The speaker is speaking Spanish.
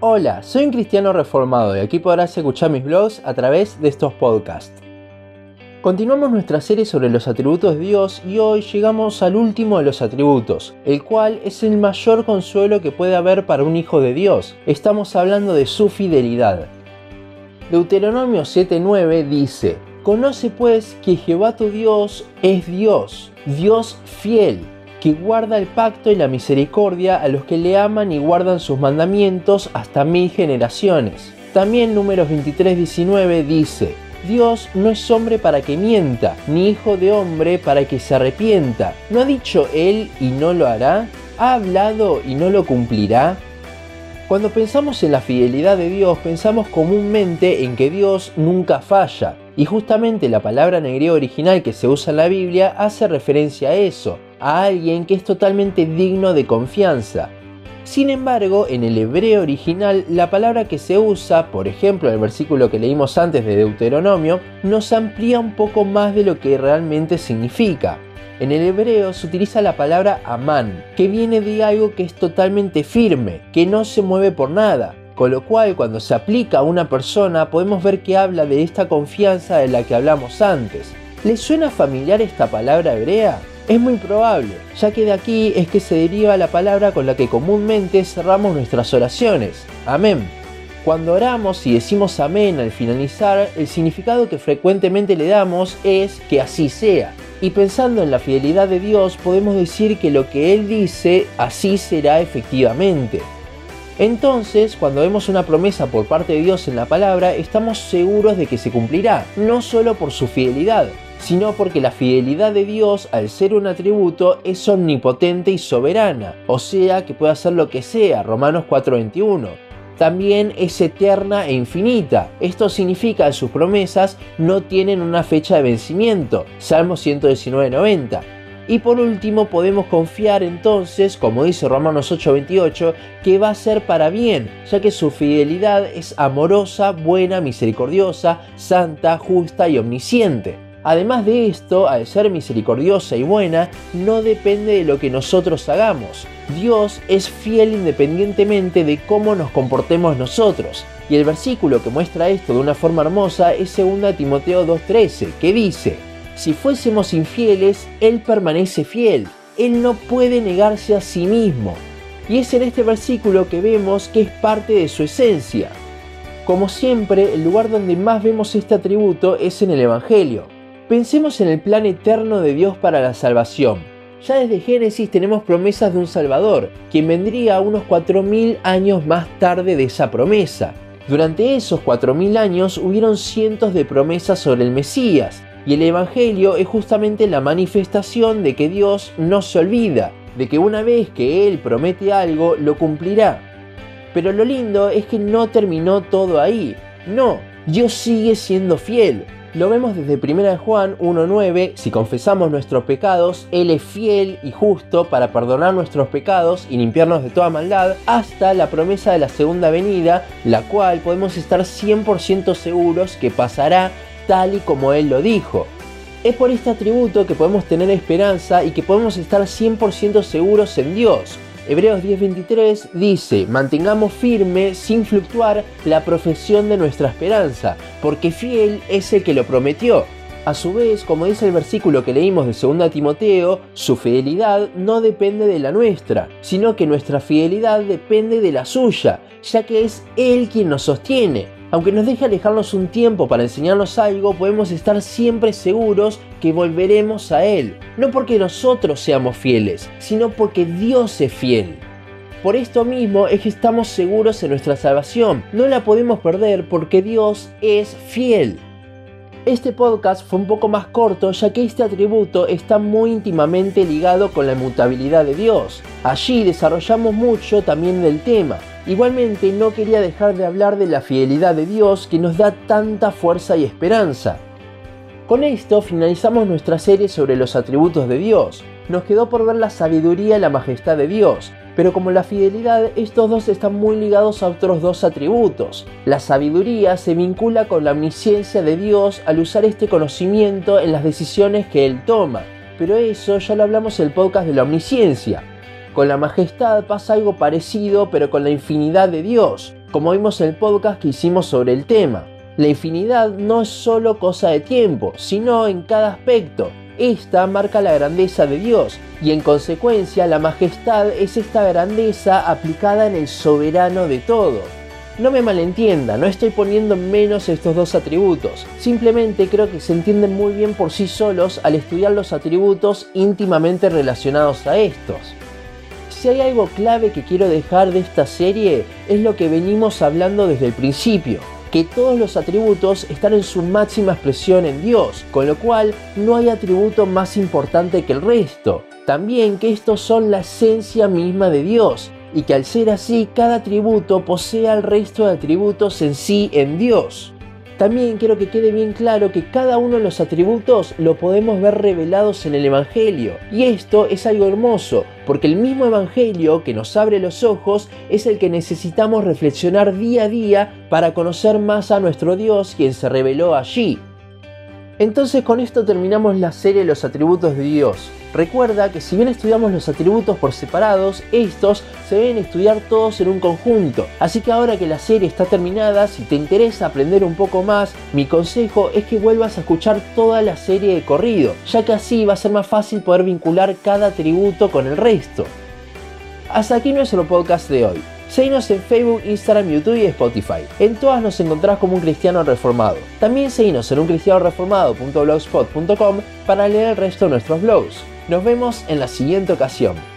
Hola, soy un cristiano reformado y aquí podrás escuchar mis blogs a través de estos podcasts. Continuamos nuestra serie sobre los atributos de Dios y hoy llegamos al último de los atributos, el cual es el mayor consuelo que puede haber para un hijo de Dios. Estamos hablando de su fidelidad. Deuteronomio 7:9 dice: Conoce pues que Jehová tu Dios es Dios, Dios fiel, que guarda el pacto y la misericordia a los que le aman y guardan sus mandamientos hasta 1000 generaciones. También Números 23:19 dice: Dios no es hombre para que mienta, ni hijo de hombre para que se arrepienta. ¿No ha dicho él y no lo hará? ¿Ha hablado y no lo cumplirá? Cuando pensamos en la fidelidad de Dios, pensamos comúnmente en que Dios nunca falla. Y justamente la palabra en el griego original que se usa en la Biblia hace referencia a eso, a alguien que es totalmente digno de confianza. Sin embargo, en el hebreo original, la palabra que se usa, por ejemplo en el versículo que leímos antes de Deuteronomio, nos amplía un poco más de lo que realmente significa. En el hebreo se utiliza la palabra amán, que viene de algo que es totalmente firme, que no se mueve por nada. Con lo cual, cuando se aplica a una persona, podemos ver que habla de esta confianza de la que hablamos antes. ¿Les suena familiar esta palabra hebrea? Es muy probable, ya que de aquí es que se deriva la palabra con la que comúnmente cerramos nuestras oraciones. Amén. Cuando oramos y decimos amén al finalizar, el significado que frecuentemente le damos es que así sea. Y pensando en la fidelidad de Dios, podemos decir que lo que Él dice, así será efectivamente. Entonces, cuando vemos una promesa por parte de Dios en la palabra, estamos seguros de que se cumplirá, no solo por su fidelidad, sino porque la fidelidad de Dios, al ser un atributo, es omnipotente y soberana, o sea que puede hacer lo que sea, Romanos 4:21. También es eterna e infinita. Esto significa que sus promesas no tienen una fecha de vencimiento, Salmo 119:90. Y por último podemos confiar entonces, como dice Romanos 8:28, que va a ser para bien, ya que su fidelidad es amorosa, buena, misericordiosa, santa, justa y omnisciente. Además de esto, al ser misericordiosa y buena, no depende de lo que nosotros hagamos. Dios es fiel independientemente de cómo nos comportemos nosotros. Y el versículo que muestra esto de una forma hermosa es 2 Timoteo 2:13, que dice: Si fuésemos infieles, Él permanece fiel. Él no puede negarse a sí mismo. Y es en este versículo que vemos que es parte de su esencia. Como siempre, el lugar donde más vemos este atributo es en el Evangelio. Pensemos en el plan eterno de Dios para la salvación. Ya desde Génesis tenemos promesas de un Salvador, quien vendría unos 4000 años más tarde de esa promesa. Durante esos 4000 años hubieron cientos de promesas sobre el Mesías, y el Evangelio es justamente la manifestación de que Dios no se olvida, de que una vez que Él promete algo, lo cumplirá. Pero lo lindo es que no terminó todo ahí. No, Dios sigue siendo fiel. Lo vemos desde 1 Juan 1:9, si confesamos nuestros pecados, Él es fiel y justo para perdonar nuestros pecados y limpiarnos de toda maldad, hasta la promesa de la segunda venida, la cual podemos estar 100% seguros que pasará tal y como Él lo dijo. Es por este atributo que podemos tener esperanza y que podemos estar 100% seguros en Dios. Hebreos 10:23 dice: mantengamos firme, sin fluctuar, la profesión de nuestra esperanza, porque fiel es el que lo prometió. A su vez, como dice el versículo que leímos de 2 Timoteo, su fidelidad no depende de la nuestra, sino que nuestra fidelidad depende de la suya, ya que es Él quien nos sostiene. Aunque nos deje alejarnos un tiempo para enseñarnos algo, podemos estar siempre seguros que volveremos a Él. No porque nosotros seamos fieles, sino porque Dios es fiel. Por esto mismo es que estamos seguros en nuestra salvación. No la podemos perder porque Dios es fiel. Este podcast fue un poco más corto, ya que este atributo está muy íntimamente ligado con la inmutabilidad de Dios. Allí desarrollamos mucho también del tema. Igualmente no quería dejar de hablar de la fidelidad de Dios que nos da tanta fuerza y esperanza. Con esto finalizamos nuestra serie sobre los atributos de Dios. Nos quedó por ver la sabiduría y la majestad de Dios, pero como la fidelidad, estos dos están muy ligados a otros dos atributos. La sabiduría se vincula con la omnisciencia de Dios al usar este conocimiento en las decisiones que Él toma, pero eso ya lo hablamos en el podcast de la omnisciencia. Con la majestad pasa algo parecido, pero con la infinidad de Dios. como vimos en el podcast que hicimos sobre el tema. La infinidad no es solo cosa de tiempo, sino en cada aspecto. Esta marca la grandeza de Dios y en consecuencia la majestad es esta grandeza aplicada en el soberano de todo. No me malentienda, no estoy poniendo en menos estos dos atributos, simplemente creo que se entienden muy bien por sí solos al estudiar los atributos íntimamente relacionados a estos. Si hay algo clave que quiero dejar de esta serie es lo que venimos hablando desde el principio, que todos los atributos están en su máxima expresión en Dios, con lo cual no hay atributo más importante que el resto. También que estos son la esencia misma de Dios, y que al ser así, cada atributo posee al resto de atributos en sí en Dios. También quiero que quede bien claro que cada uno de los atributos lo podemos ver revelados en el Evangelio. Y esto es algo hermoso, porque el mismo Evangelio que nos abre los ojos es el que necesitamos reflexionar día a día para conocer más a nuestro Dios, quien se reveló allí. Entonces con esto terminamos la serie de los atributos de Dios. Recuerda que si bien estudiamos los atributos por separados, estos se deben estudiar todos en un conjunto. Así que ahora que la serie está terminada, si te interesa aprender un poco más, mi consejo es que vuelvas a escuchar toda la serie de corrido, ya que así va a ser más fácil poder vincular cada atributo con el resto. Hasta aquí nuestro podcast de hoy. Seguinos en Facebook, Instagram, YouTube y Spotify. En todas nos encontrás como Un Cristiano Reformado. También seguinos en uncristianoreformado.blogspot.com para leer el resto de nuestros blogs. Nos vemos en la siguiente ocasión.